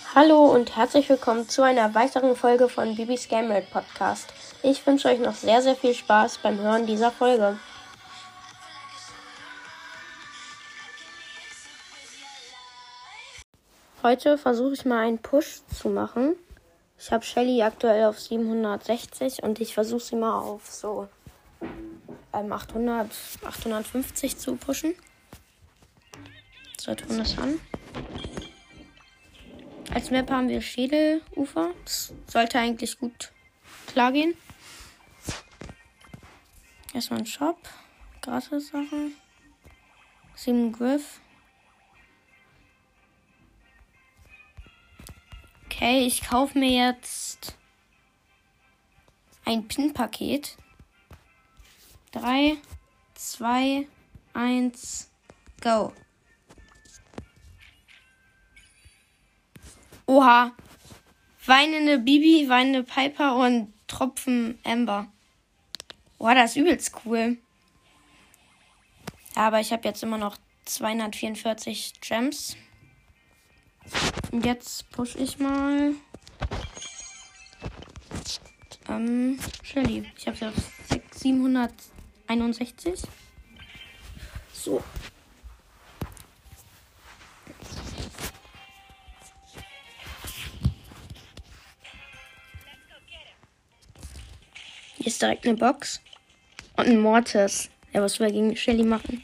Hallo und herzlich willkommen zu einer weiteren Folge von Bibis Game World Podcast. Ich wünsche euch noch sehr, sehr viel Spaß beim Hören dieser Folge. Heute versuche ich mal einen Push zu machen. Ich habe Shelly aktuell auf 760 und ich versuche sie mal auf so 850 zu pushen. So tun das an. Als Map haben wir Schädelufer. Das sollte eigentlich gut klar gehen. Erstmal ein Shop. Gratis Sachen. 7 Griff. Okay, ich kaufe mir jetzt ein Pin-Paket. 3, 2, 1, go. Oha. Weinende Bibi, weinende Piper und Tropfen Amber. Oha, das ist übelst cool. Aber ich habe jetzt immer noch 244 Gems. Und jetzt push ich mal Shelly. Ich habe sie auf 761. So. Hier ist direkt eine Box. Und ein Mortis. Ja, was wir gegen Shelly machen.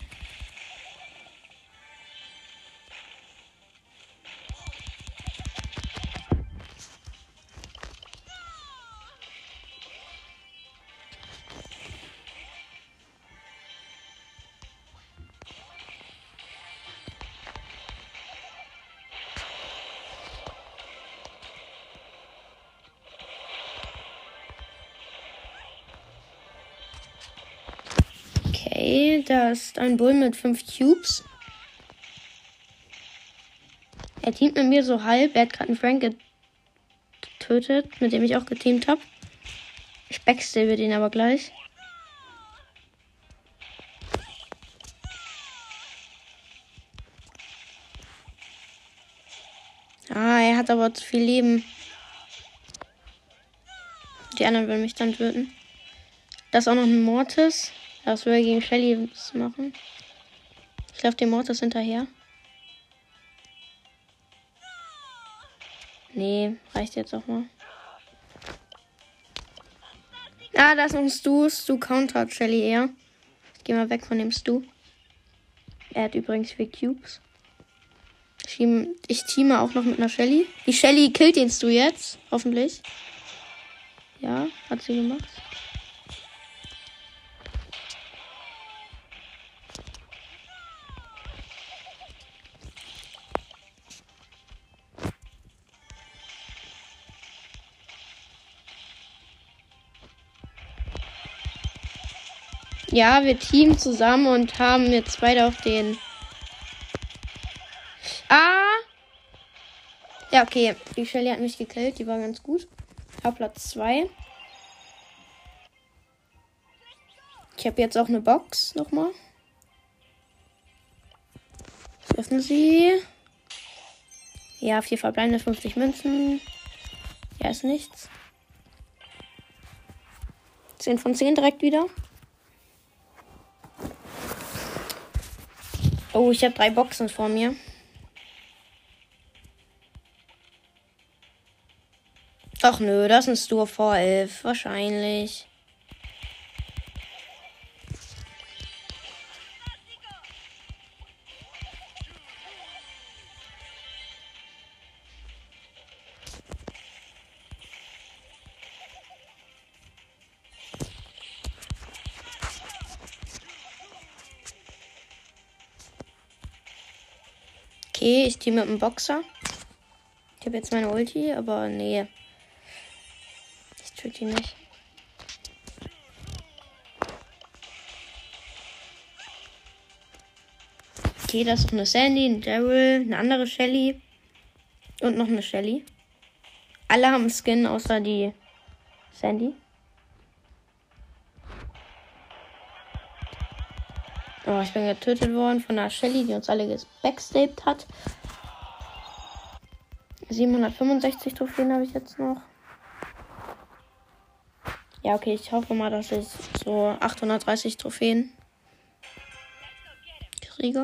Okay, da ist ein Bull mit 5 Cubes. Er teamt mit mir so halb. Er hat gerade einen Frank getötet, mit dem ich auch geteamt habe. Ich backstabbe den aber gleich. Er hat aber zu viel Leben. Die anderen würden mich dann töten. Da ist auch noch ein Mortis. Das will er gegen Shelly machen. Ich laufe dem Mortis hinterher. Nee, reicht jetzt auch mal. Da ist noch ein Stu. Stu countert Shelly eher. Ich geh mal weg von dem Stu. Er hat übrigens 4 Cubes. Ich teame auch noch mit einer Shelly. Die Shelly killt den Stu jetzt. Hoffentlich. Ja, hat sie gemacht. Ja, wir teamen zusammen und haben jetzt beide auf den... Ja, okay. Die Shelly hat mich gekillt. Die war ganz gut. Auf Platz 2. Ich habe jetzt auch eine Box nochmal. Ich öffne sie. Ja, 4 verbleibende 50 Münzen. Ja, ist nichts. 10 von 10 direkt wieder. Oh, ich habe 3 Boxen vor mir. Ach nö, das ist ein Stu V11. Wahrscheinlich. Okay, ich team mit dem Boxer. Ich habe jetzt meine Ulti, aber nee. Ich töte ihn nicht. Okay, das ist eine Sandy, ein Daryl, eine andere Shelly und noch eine Shelly. Alle haben Skin, außer die Sandy. Oh, ich bin getötet worden von einer Shelly, die uns alle backstabbt hat. 765 Trophäen habe ich jetzt noch. Ja, okay, ich hoffe mal, dass ich so 830 Trophäen kriege.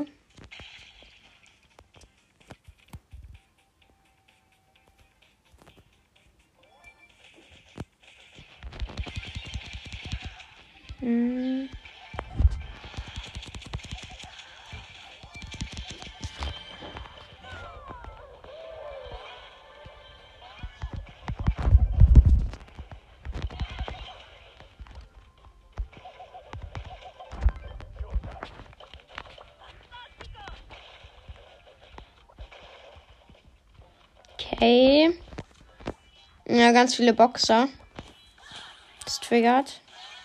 Okay. Ja, ganz viele Boxer. Das triggert.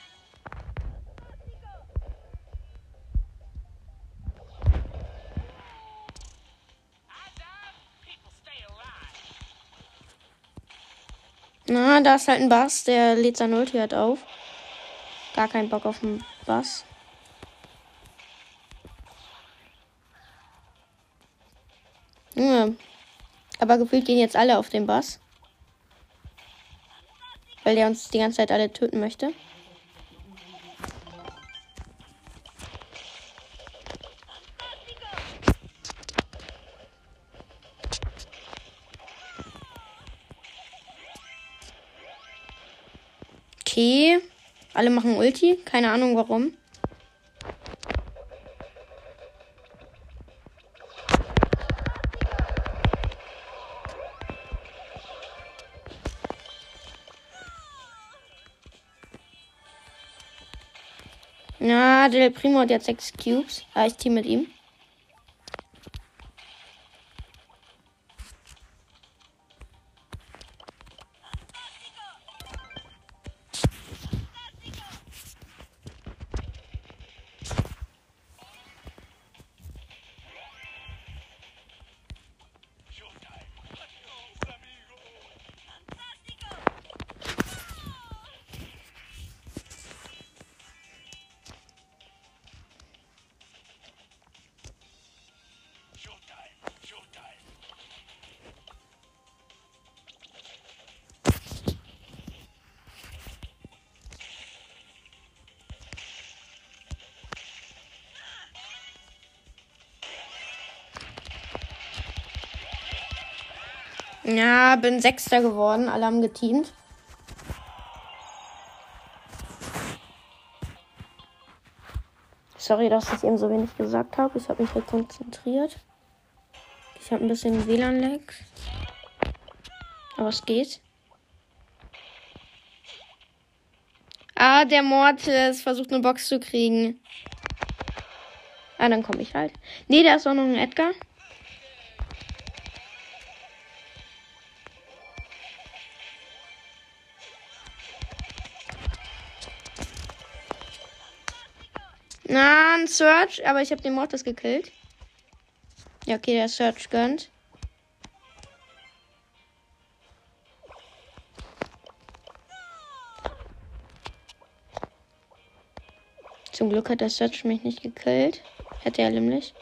Na, da ist halt ein Bass, der lädt sein Ulti halt auf. Gar keinen Bock auf den Bass. Ja. Aber gefühlt gehen jetzt alle auf den Bass. Weil der uns die ganze Zeit alle töten möchte. Okay. Alle machen Ulti. Keine Ahnung warum. Ja, der Primo hat jetzt 6 Cubes. Ich team mit ihm. Ja, bin Sechster geworden. Alle haben geteamt. Sorry, dass ich eben so wenig gesagt habe. Ich habe mich halt konzentriert. Ich habe ein bisschen WLAN-Lag. Aber es geht. Der Mortis versucht eine Box zu kriegen. Dann komme ich halt. Nee, da ist auch noch ein Edgar. Na, ein Search, aber ich habe den Mortis gekillt. Ja, okay, der Search gönnt. Zum Glück hat der Search mich nicht gekillt. Hätte er nämlich.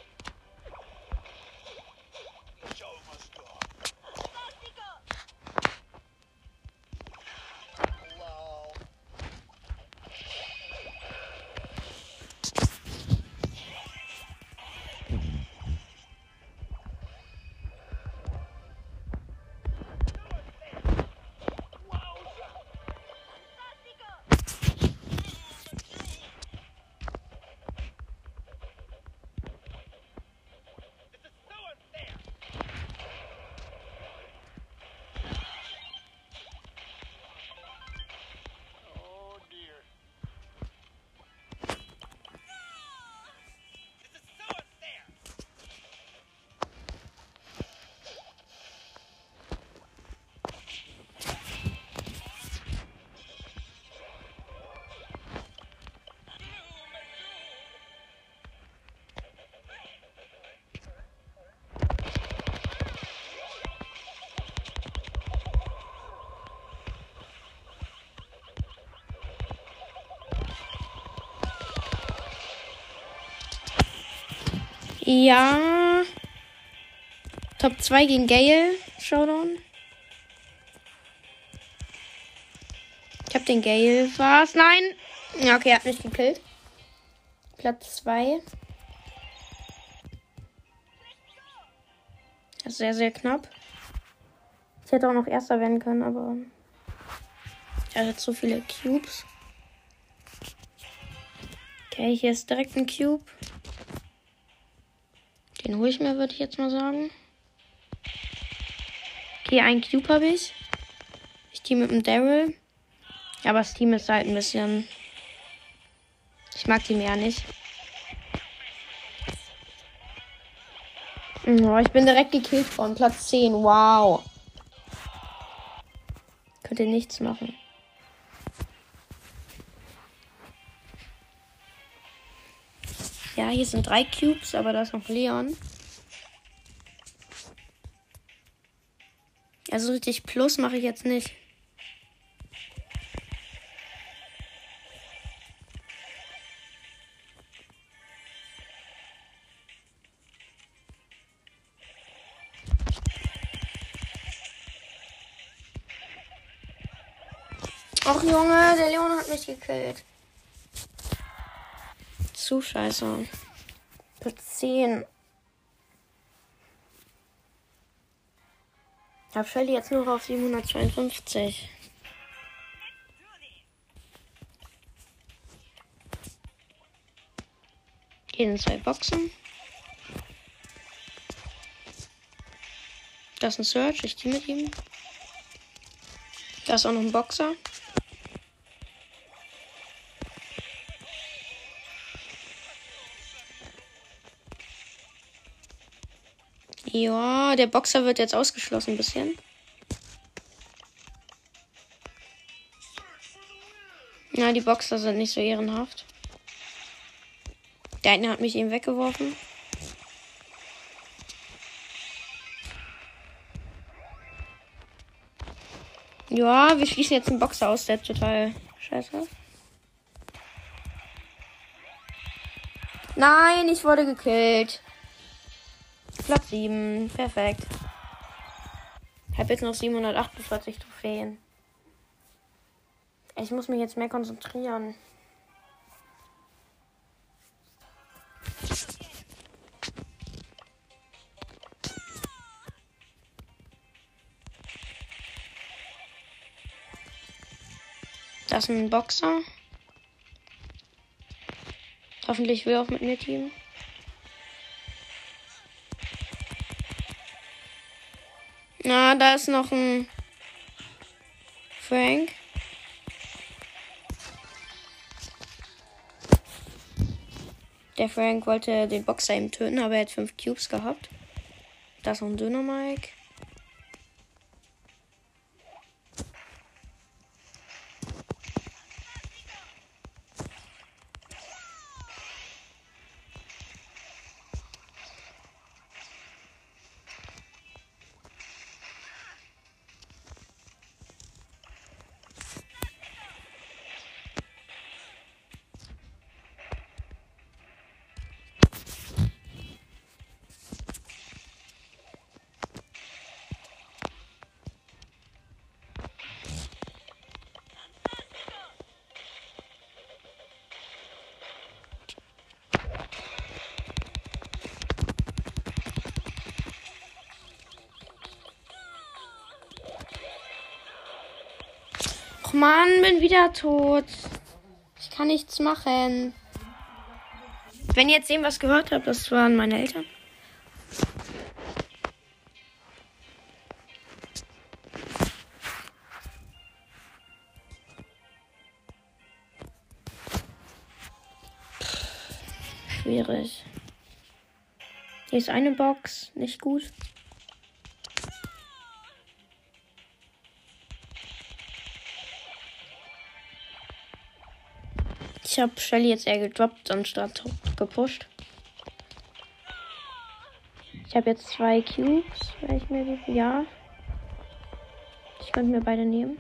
Ja. Top 2 gegen Gale. Showdown. Ich hab den Gale. Was? Nein! Ja, okay, er hat mich gekillt. Platz 2. Das ist sehr, sehr knapp. Ich hätte auch noch Erster werden können, aber ich hatte zu viele Cubes. Okay, hier ist direkt ein Cube. Den hole ich mir, würde ich jetzt mal sagen. Okay, ein Cube habe ich. Ich team mit dem Daryl. Ja, aber das Team ist halt ein bisschen... Ich mag die mehr nicht. Oh, ich bin direkt gekillt worden. Platz 10. Wow. Könnt ihr nichts machen. Ja, hier sind 3 Cubes, aber da ist noch Leon. Also richtig Plus mache ich jetzt nicht. Ach Junge, der Leon hat mich gekillt. Zu scheiße. Platz 10. Ich hab Shelly jetzt nur auf 752. Hier sind 2 Boxen. Da ist ein Search, ich team mit ihm. Da ist auch noch ein Boxer. Ja, der Boxer wird jetzt ausgeschlossen ein bisschen. Ja, die Boxer sind nicht so ehrenhaft. Der eine hat mich eben weggeworfen. Ja, wir schließen jetzt einen Boxer aus, der total scheiße ist. Nein, ich wurde gekillt. Platz 7. Perfekt. Ich habe jetzt noch 748 Trophäen. Ich muss mich jetzt mehr konzentrieren. Das ist ein Boxer. Hoffentlich will er auch mit mir teamen. Na, da ist noch ein Frank. Der Frank wollte den Boxer eben töten, aber er hat 5 Cubes gehabt. Da ist noch ein Dynamike. Och Mann, bin wieder tot. Ich kann nichts machen. Wenn ihr jetzt irgendwas gehört habt, das waren meine Eltern. Schwierig. Hier ist eine Box, nicht gut. Ich habe Shelly jetzt eher gedroppt anstatt gepusht. Ich habe jetzt 2 Cubes, wenn ich mir die... Ja. Ich könnte mir beide nehmen.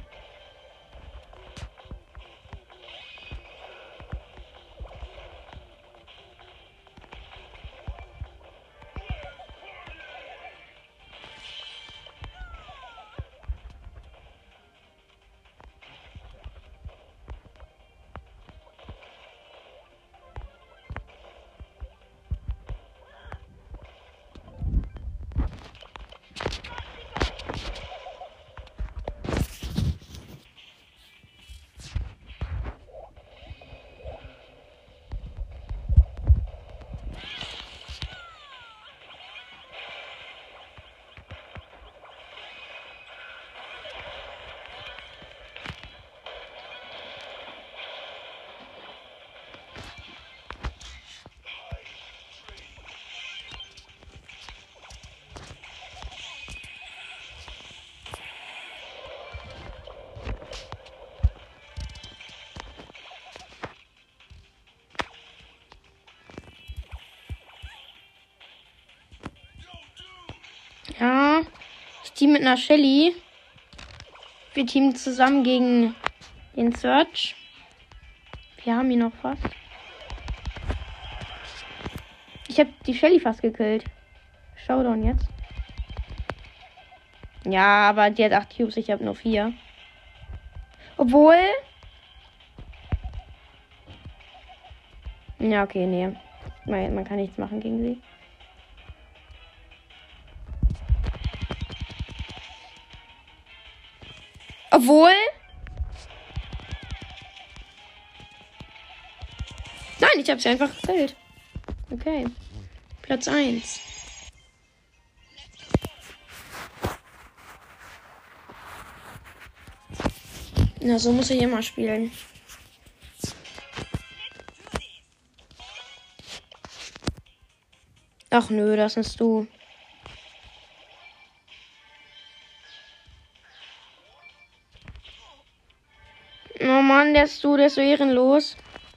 team mit einer Shelly. Wir teamen zusammen gegen den Search. Wir haben ihn noch fast. Ich habe die Shelly fast gekillt. Showdown jetzt. Ja, aber die hat 8 Cubes, ich habe nur 4. Obwohl... Ja, okay, nee. Man kann nichts machen gegen sie. Obwohl... Nein, ich habe sie einfach gekillt. Okay. Platz 1. Na, so muss ich immer spielen. Ach nö, das bist du. Oh Mann, der ist so ehrenlos.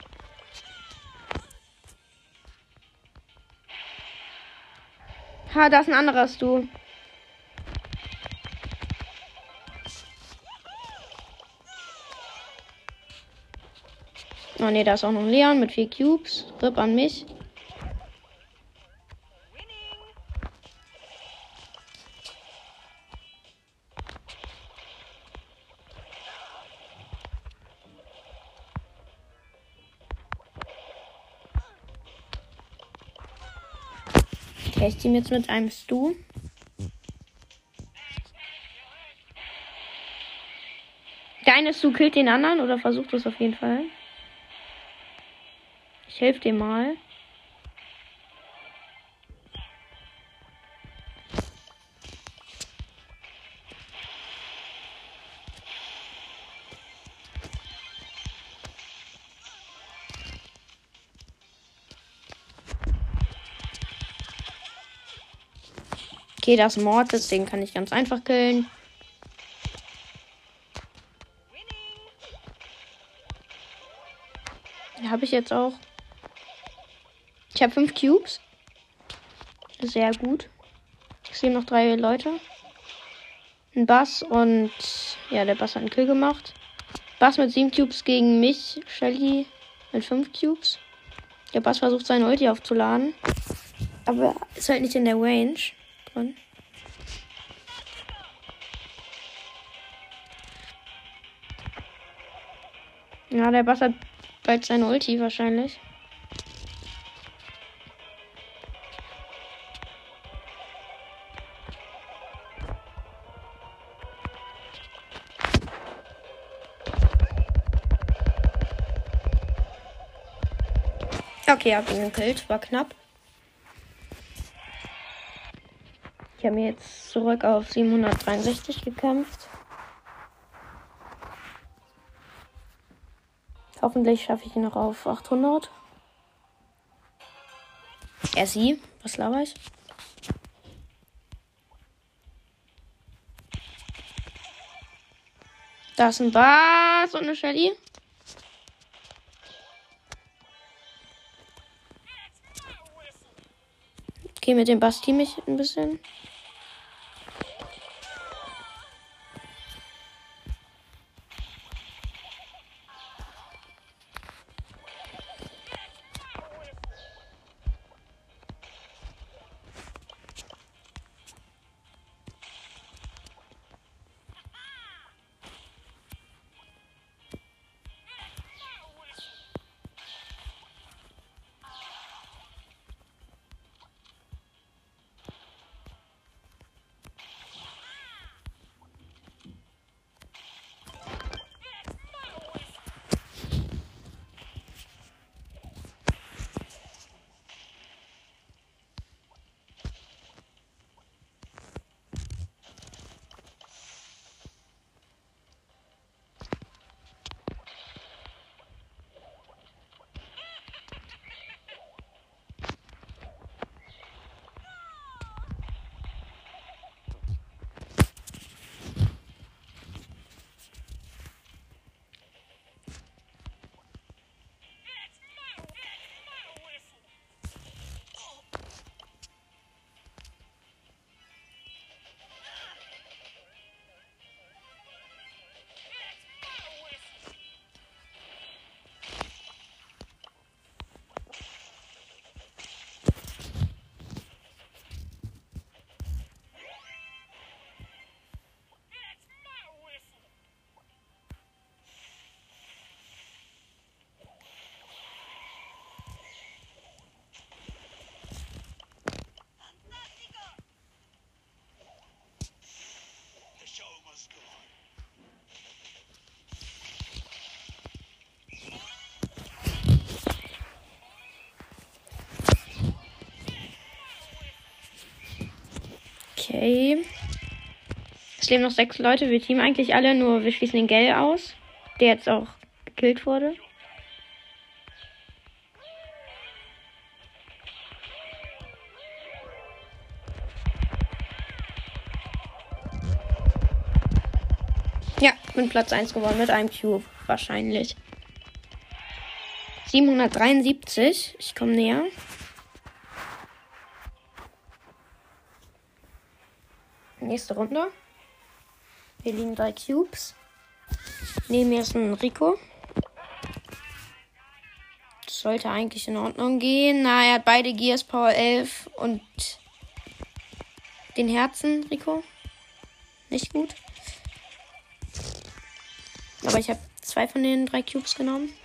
Ha, da ist ein anderer Stu. Oh ne, da ist auch noch ein Leon mit 4 Cubes. RIP an mich. Okay, ich team jetzt mit einem Stu. Der eine Stu killt den anderen oder versucht es auf jeden Fall. Ich helfe dir mal. Okay, das Mortis, den kann ich ganz einfach killen. Den habe ich jetzt auch. Ich habe 5 Cubes. Sehr gut. Ich sehe noch 3 Leute. Ein Bass und... Ja, der Bass hat einen Kill gemacht. Bass mit 7 Cubes gegen mich. Shelly mit 5 Cubes. Der Bass versucht seine Ulti aufzuladen. Aber ist halt nicht in der Range drin. Ja, der Bass hat bald seine Ulti wahrscheinlich. Okay, hab ihn gekillt. War knapp. Ich habe mir jetzt zurück auf 763 gekämpft. Hoffentlich schaffe ich ihn noch auf 800. Sie. Was laber ich? Da ist ein Bass und eine Shelly. Okay, mit dem Bass team ich ein bisschen. Okay. Es leben noch 6 Leute. Wir teamen eigentlich alle, nur wir schließen den Gell aus, der jetzt auch gekillt wurde. Ja, bin Platz 1 geworden mit einem Cube. Wahrscheinlich. 773. Ich komme näher. Nächste Runde. Wir liegen 3 Cubes. Neben mir ist ein Rico. Das sollte eigentlich in Ordnung gehen. Na, er hat beide Gears Power 11 und den Herzen, Rico. Nicht gut. Aber ich habe 2 von den 3 Cubes genommen.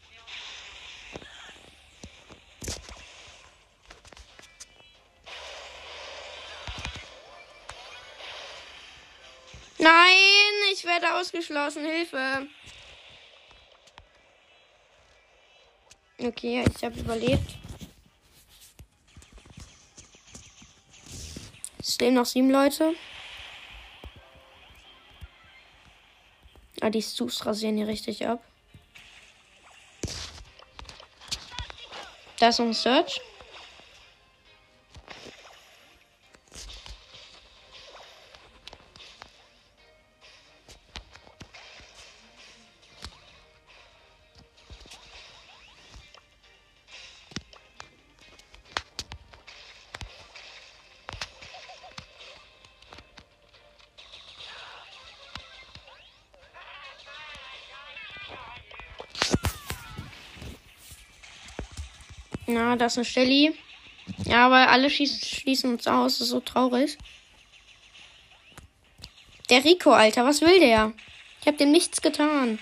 Nein, ich werde ausgeschlossen. Hilfe. Okay, ich habe überlebt. Es stehen noch 7 Leute. Ah, die Sus rasieren hier richtig ab. Da ist noch ein Search. Na, da ist eine Shelly. Ja, aber alle schließen uns aus. Das ist so traurig. Der Rico, Alter, was will der? Ich habe dem nichts getan.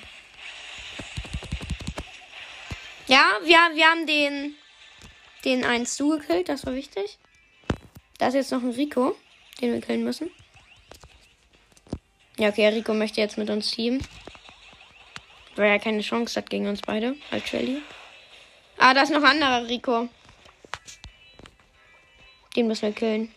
Ja, wir haben den einen Stu gekillt. Das war wichtig. Da ist jetzt noch ein Rico, den wir killen müssen. Ja, okay, Rico möchte jetzt mit uns teamen. Weil er keine Chance hat gegen uns beide. Als Shelly. Ah, da ist noch ein anderer Rico. Den müssen wir killen.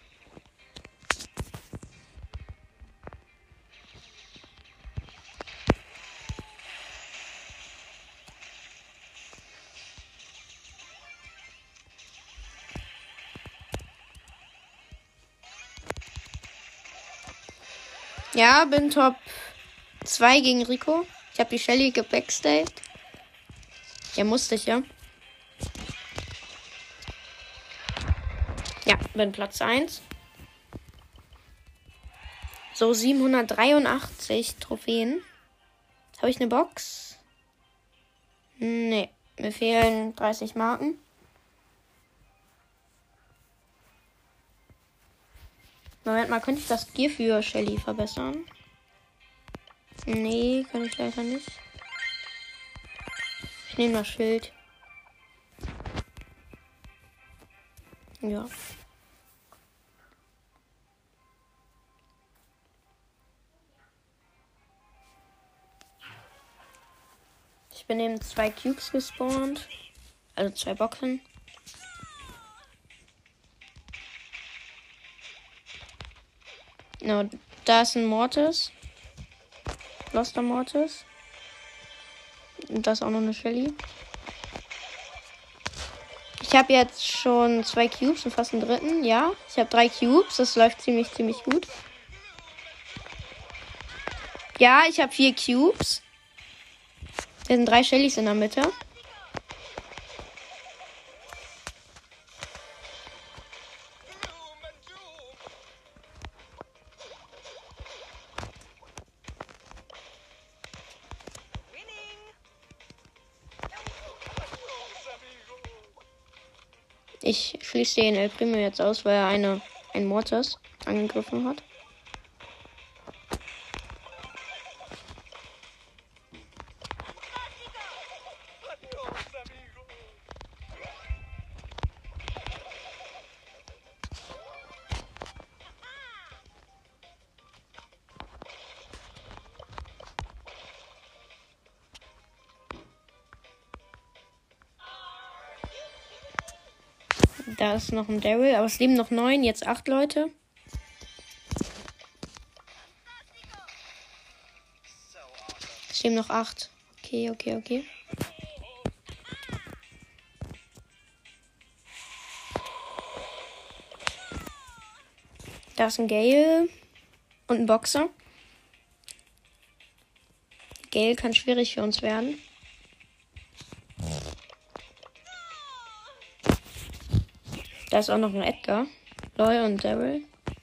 Ja, bin Top 2 gegen Rico. Ich habe die Shelly gebackstayed. Ja, musste ich, ja. Ja, bin Platz 1. So, 783 Trophäen. Habe ich eine Box? Nee, mir fehlen 30 Marken. Moment mal, könnte ich das Gear für Shelly verbessern? Nee, kann ich leider nicht. Ich nehme das Schild. Ja. Ich bin eben 2 Cubes gespawnt. Also 2 Boxen. No, da ist ein Mortis. Loster Mortis. Und da ist auch noch eine Shelly. Ich habe jetzt schon 2 Cubes und fast einen dritten. Ja, ich habe 3 Cubes. Das läuft ziemlich gut. Ja, ich habe 4 Cubes. Da sind 3 Shellys in der Mitte. Ich schließe den El Primo jetzt aus, weil er ein Mortis angegriffen hat. Da ist noch ein Daryl, aber es leben noch 9, jetzt 8 Leute. Es leben noch 8. Okay. Da ist ein Gale und ein Boxer. Gale kann schwierig für uns werden. Da ist auch noch ein Edgar. Lol und Daryl.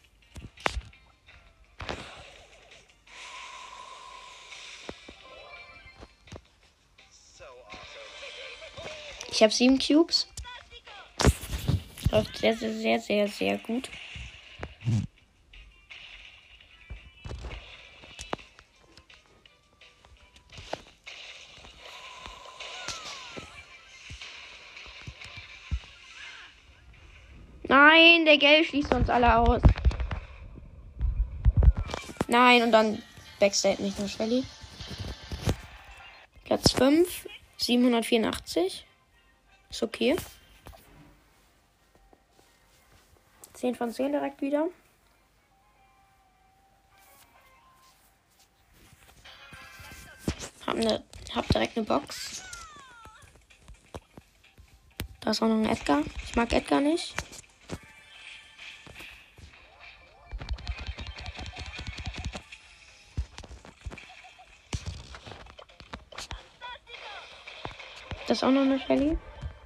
Ich habe 7 Cubes. Läuft sehr gut. Nein, der Gale schließt uns alle aus. Nein, und dann backstab nicht nur Shelly. Platz 5, 784. Ist okay. 10 von 10 direkt wieder. Hab direkt eine Box. Da ist auch noch ein Edgar. Ich mag Edgar nicht. Das ist auch noch eine Shelly.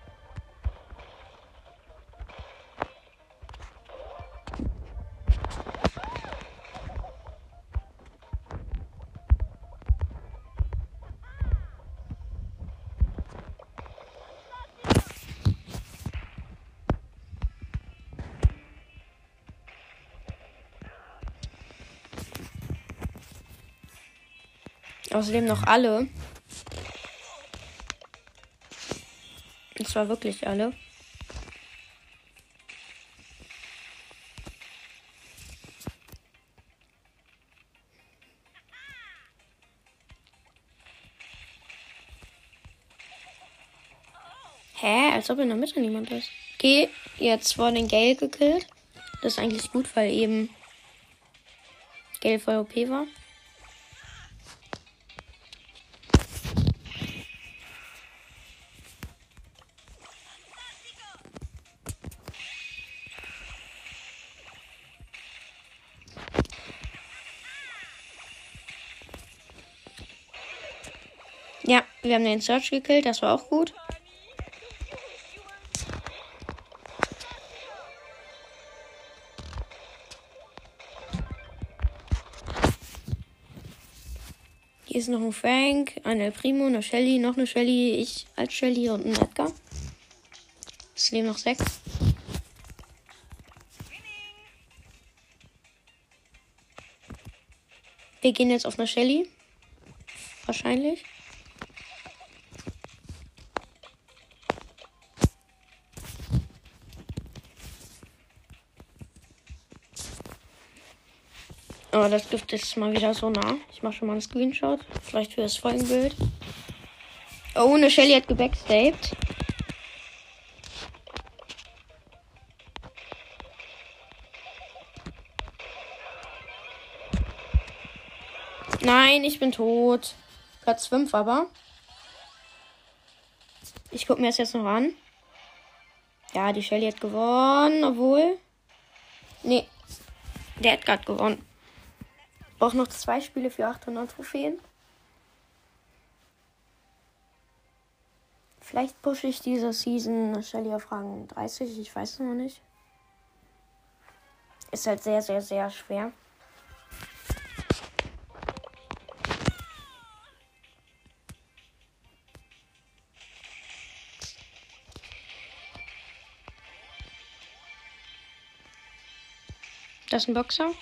Außerdem noch alle. Und zwar wirklich alle. Hä? Als ob in der Mitte niemand ist. Okay, jetzt wurde den Gale gekillt. Das ist eigentlich gut, weil eben Gale voll OP war. Ja, wir haben den Search gekillt, das war auch gut. Hier ist noch ein Frank, ein El Primo, eine Shelly, noch eine Shelly, ich als Shelly und ein Edgar. Es leben noch 6. Wir gehen jetzt auf eine Shelly. Wahrscheinlich. Aber das Gift ist mal wieder so nah. Ich mache schon mal einen Screenshot. Vielleicht für das Folgenbild. Oh, eine Shelly hat gebackstabbt. Nein, ich bin tot. Platz 5 aber. Ich gucke mir das jetzt noch an. Ja, die Shelly hat gewonnen, obwohl... Nee, der hat gerade gewonnen. Braucht noch 2 Spiele für 800 Trophäen. Vielleicht pushe ich diese Season Shelly auf Rang 30. Ich weiß es noch nicht. Ist halt sehr schwer. Das ist ein Boxer.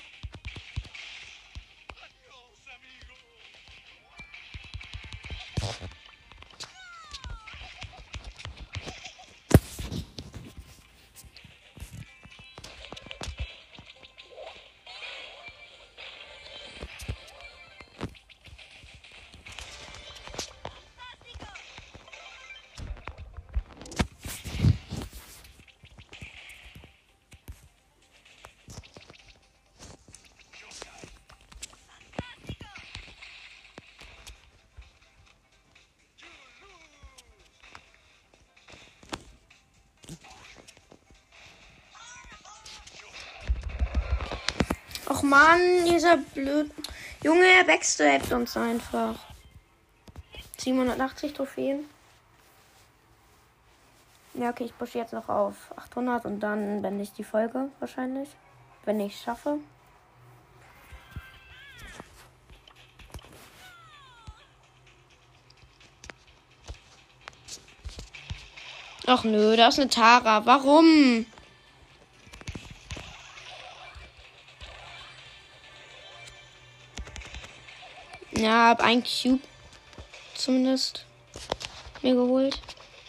Mann, dieser blöd. Junge, er backstabbt uns einfach. 780 Trophäen. Ja, okay, ich pushe jetzt noch auf 800 und dann beende ich die Folge wahrscheinlich. Wenn ich es schaffe. Ach nö, da ist eine Tara. Warum? Ja, hab ein Cube zumindest mir geholt.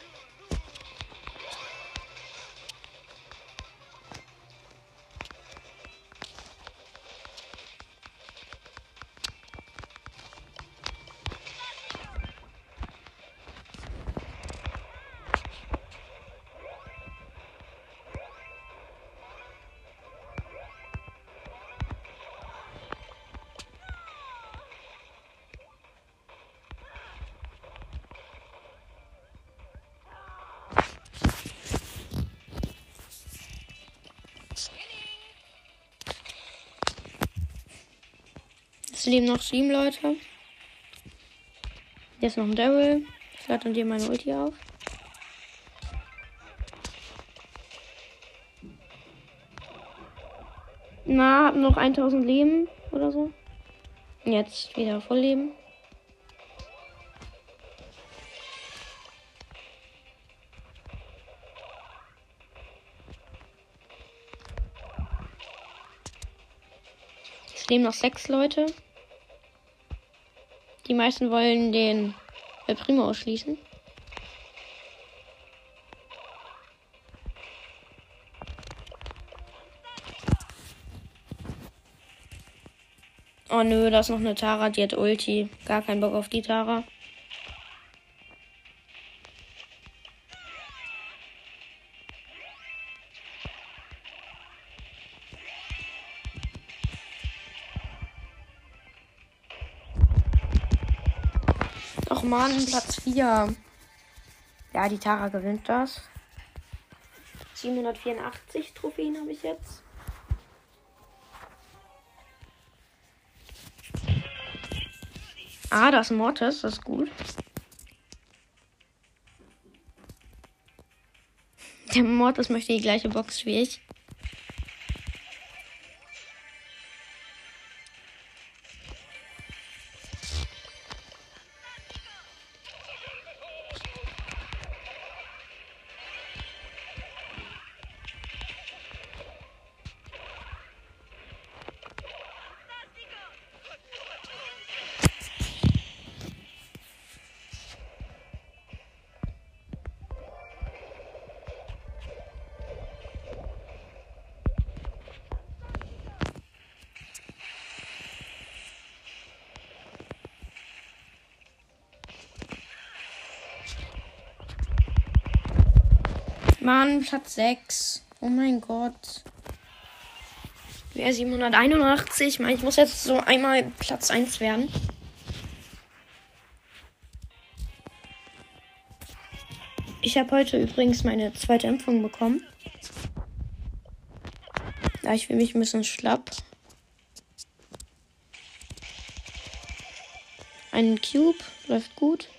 Es leben noch 7 Leute. Hier ist noch ein Daryl. Ich lade dann dir meine Ulti auf. Na, hab noch 1000 Leben oder so. Jetzt wieder voll Leben. Es leben noch 6 Leute. Die meisten wollen den El Primo ausschließen. Oh nö, da ist noch eine Tara, die hat Ulti. Gar keinen Bock auf die Tara. Och man, Platz 4. Ja, die Tara gewinnt das. 784 Trophäen habe ich jetzt. Ah, das Mortis, das ist gut. Der Mortis möchte die gleiche Box wie ich. Mann, Platz 6. Oh mein Gott. Wer 781? Ich meine, ich muss jetzt so einmal Platz 1 werden. Ich habe heute übrigens meine zweite Impfung bekommen. Ja, ich fühle mich ein bisschen schlapp. Ein Cube läuft gut.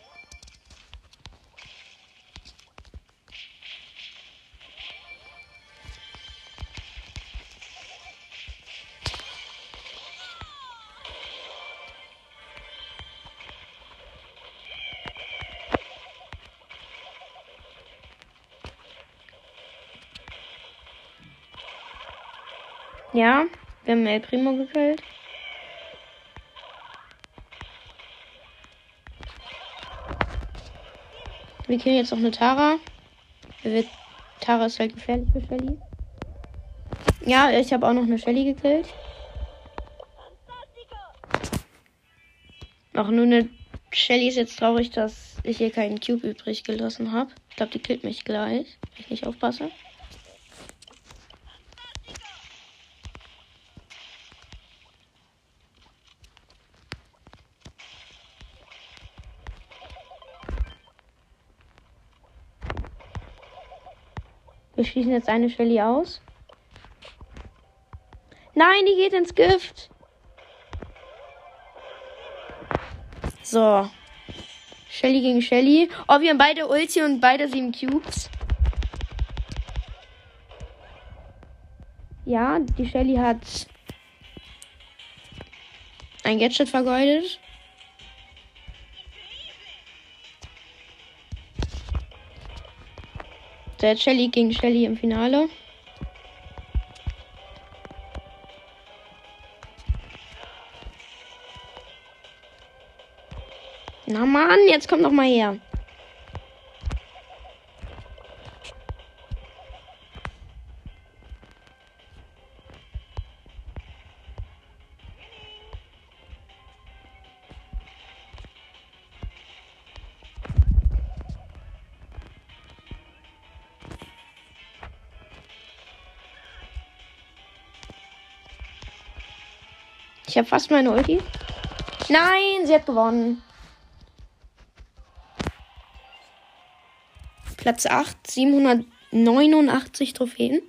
Ja, wir haben El Primo gekillt. Wir killen jetzt noch eine Tara. Tara ist halt gefährlich für Shelly. Ja, ich habe auch noch eine Shelly gekillt. Auch nur eine Shelly ist jetzt traurig, dass ich hier keinen Cube übrig gelassen habe. Ich glaube, die killt mich gleich, wenn ich nicht aufpasse. Wir schließen jetzt eine Shelly aus. Nein, die geht ins Gift. So. Shelly gegen Shelly. Oh, wir haben beide Ulti und beide 7 Cubes. Ja, die Shelly hat ein Gadget vergeudet. Der Shelly gegen Shelly im Finale. Na Mann, jetzt kommt noch mal her. Ich habe fast meine Ulti. Nein, sie hat gewonnen. Platz 8, 789 Trophäen.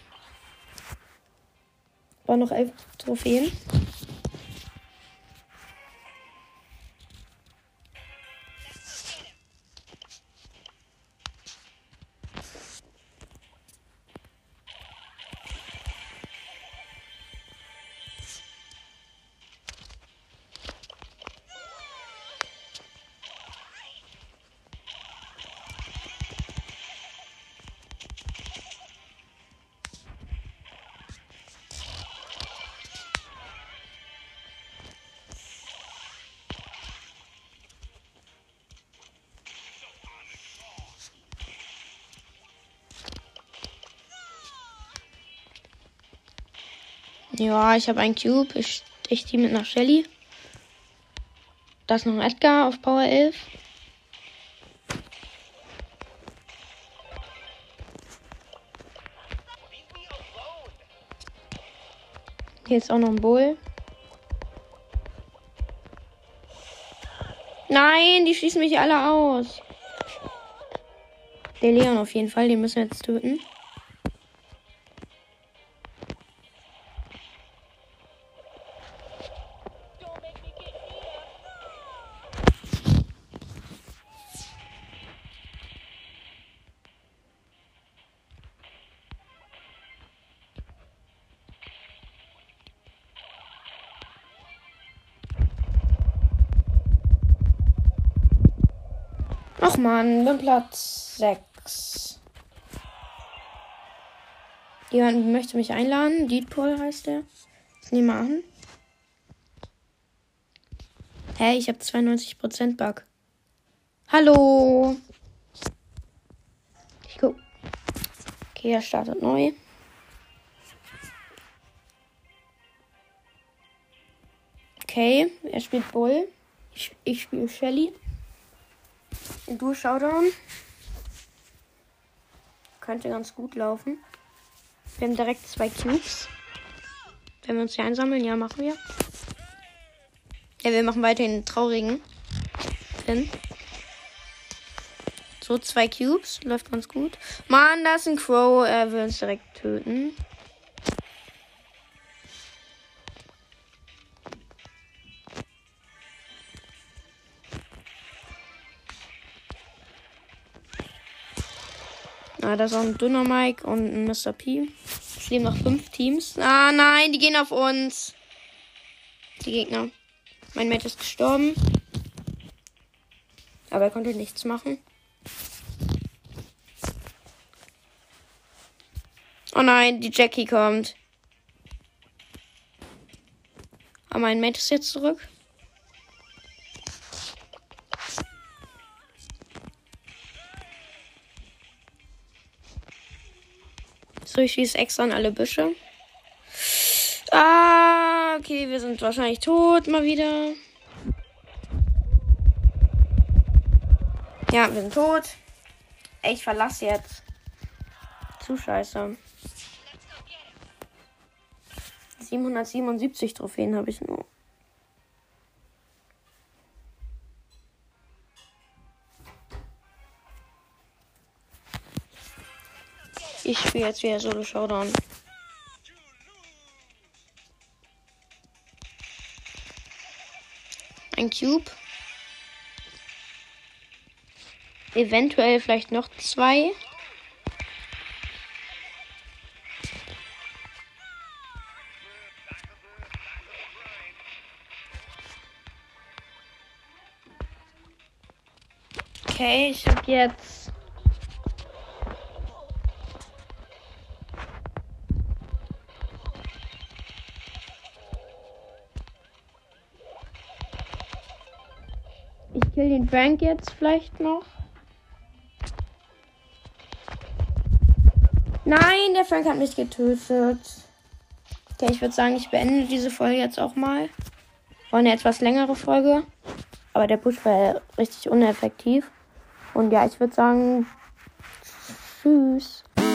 War noch 11 Trophäen. Ja, ich habe einen Cube. Ich team mit nach Shelly. Da ist noch ein Edgar auf Power 11. Hier ist auch noch ein Bull. Nein, die schießen mich alle aus. Der Leon auf jeden Fall, den müssen wir jetzt töten. Ach man, bin Platz 6. Jemand möchte mich einladen. Deadpool heißt der. Ich nehme mal an. Hä, ich habe 92% Bug. Hallo. Ich guck. Okay, er startet neu. Okay, er spielt Bull. Ich spiele Shelly. Du Showdown. Könnte ganz gut laufen. Wir haben direkt 2 Cubes. Wenn wir uns hier einsammeln, ja, machen wir. Ja, wir machen weiter den traurigen Pin. So, 2 Cubes. Läuft ganz gut. Mann, da ist ein Crow. Er will uns direkt töten. Ah, da ist auch ein dünner Mike und ein Mr. P. Es leben noch 5 Teams. Ah, nein, die gehen auf uns. Die Gegner. Mein Mate ist gestorben. Aber er konnte nichts machen. Oh nein, die Jackie kommt. Aber mein Mate ist jetzt zurück. So, ich schieße extra an alle Büsche. Ah, okay, wir sind wahrscheinlich tot mal wieder. Ja, wir sind tot. Ey, ich verlasse jetzt. Zu scheiße. 777 Trophäen habe ich nur. Ich spiele jetzt wieder Solo Showdown. ein Cube. Eventuell vielleicht noch 2. Okay, ich hab jetzt ich kill den Frank jetzt vielleicht noch. Nein, der Frank hat mich getötet. Okay, ich würde sagen, ich beende diese Folge jetzt auch mal. War eine etwas längere Folge. Aber der Push war ja richtig uneffektiv. Und ja, ich würde sagen, tschüss.